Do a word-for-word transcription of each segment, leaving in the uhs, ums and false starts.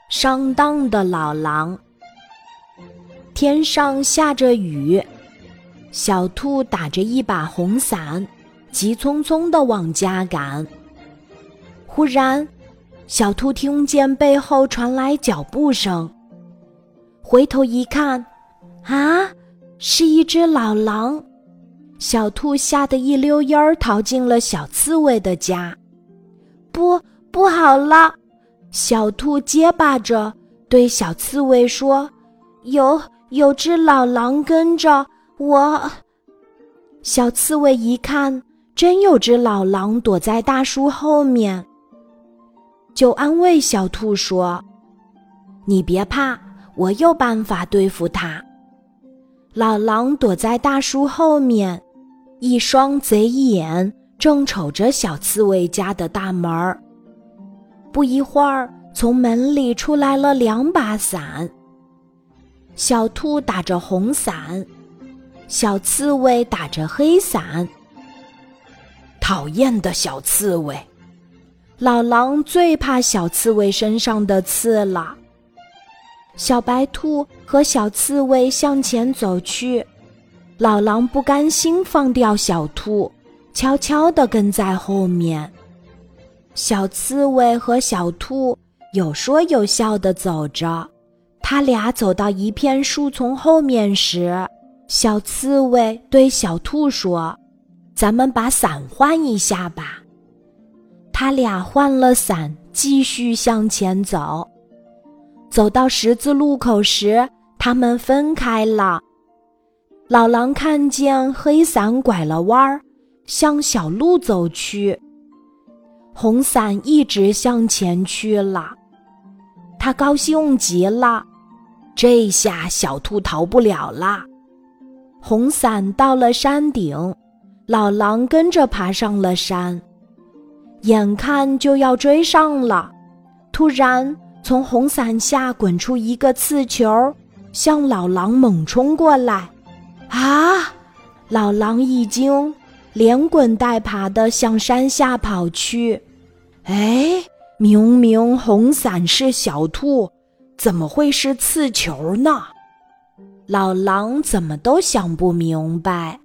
上当的老狼。天上下着雨，小兔打着一把红伞，急匆匆地往家赶。忽然，小兔听见背后传来脚步声，回头一看，啊，是一只老狼。小兔吓得一溜烟儿逃进了小刺猬的家。不，不好了！小兔结巴着对小刺猬说：“有有只老狼跟着我。”小刺猬一看，真有只老狼躲在大树后面，就安慰小兔说：“你别怕，我有办法对付它。”老狼躲在大树后面，一双贼眼正瞅着小刺猬家的大门儿。不一会儿，从门里出来了两把伞，小兔打着红伞，小刺猬打着黑伞。讨厌的小刺猬！老狼最怕小刺猬身上的刺了。小白兔和小刺猬向前走去，老狼不甘心放掉小兔，悄悄地跟在后面。小刺猬和小兔有说有笑地走着，他俩走到一片树丛后面时，小刺猬对小兔说：“咱们把伞换一下吧。”他俩换了伞，继续向前走。走到十字路口时，他们分开了。老狼看见黑伞拐了弯儿，向小路走去。红伞一直向前去了，他高兴极了，这下小兔逃不了了。红伞到了山顶，老狼跟着爬上了山，眼看就要追上了，突然从红伞下滚出一个刺球，向老狼猛冲过来。啊！老狼一惊，连滚带爬地向山下跑去。哎，明明红伞是小兔，怎么会是刺球呢？老狼怎么都想不明白。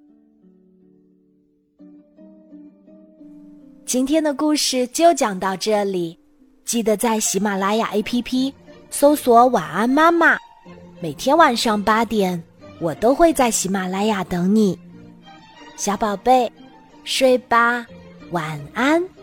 今天的故事就讲到这里，记得在喜马拉雅 A P P 搜索晚安妈妈，每天晚上八点，我都会在喜马拉雅等你。小宝贝，睡吧，晚安。